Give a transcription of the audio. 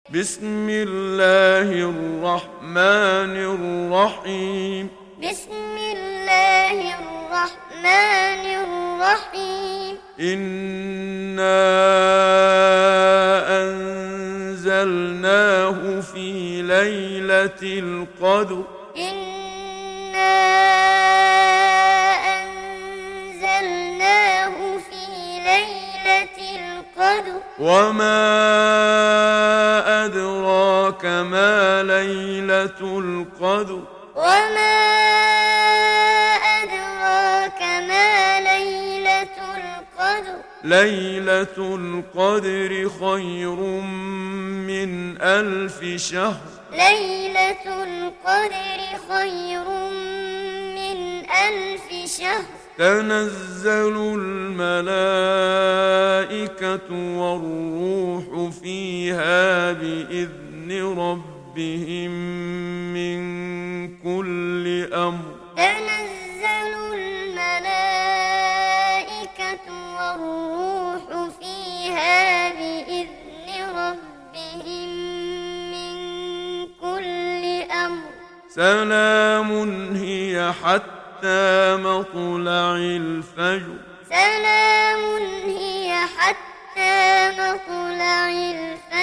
بسم الله الرحمن الرحيم. بسم الله الرحمن الرحيم. إنا أنزلناه في ليلة القدر. إنا أنزلناه في ليلة القدر. وما أدراك ما ليلة القدر. وما أدراك ما ليلة القدر. ليلة القدر خير من 1000 شهر. ليلة القدر خير من 1000 شهر. تنزل الملائكة والروح فيها بإذن ربهم من كل أمر. تنزل الملائكة والروح فيها بإذن ربهم من كل أمر. سلام هي حتى مطلع الفجر. سلام هي حتى مطلع الفجر.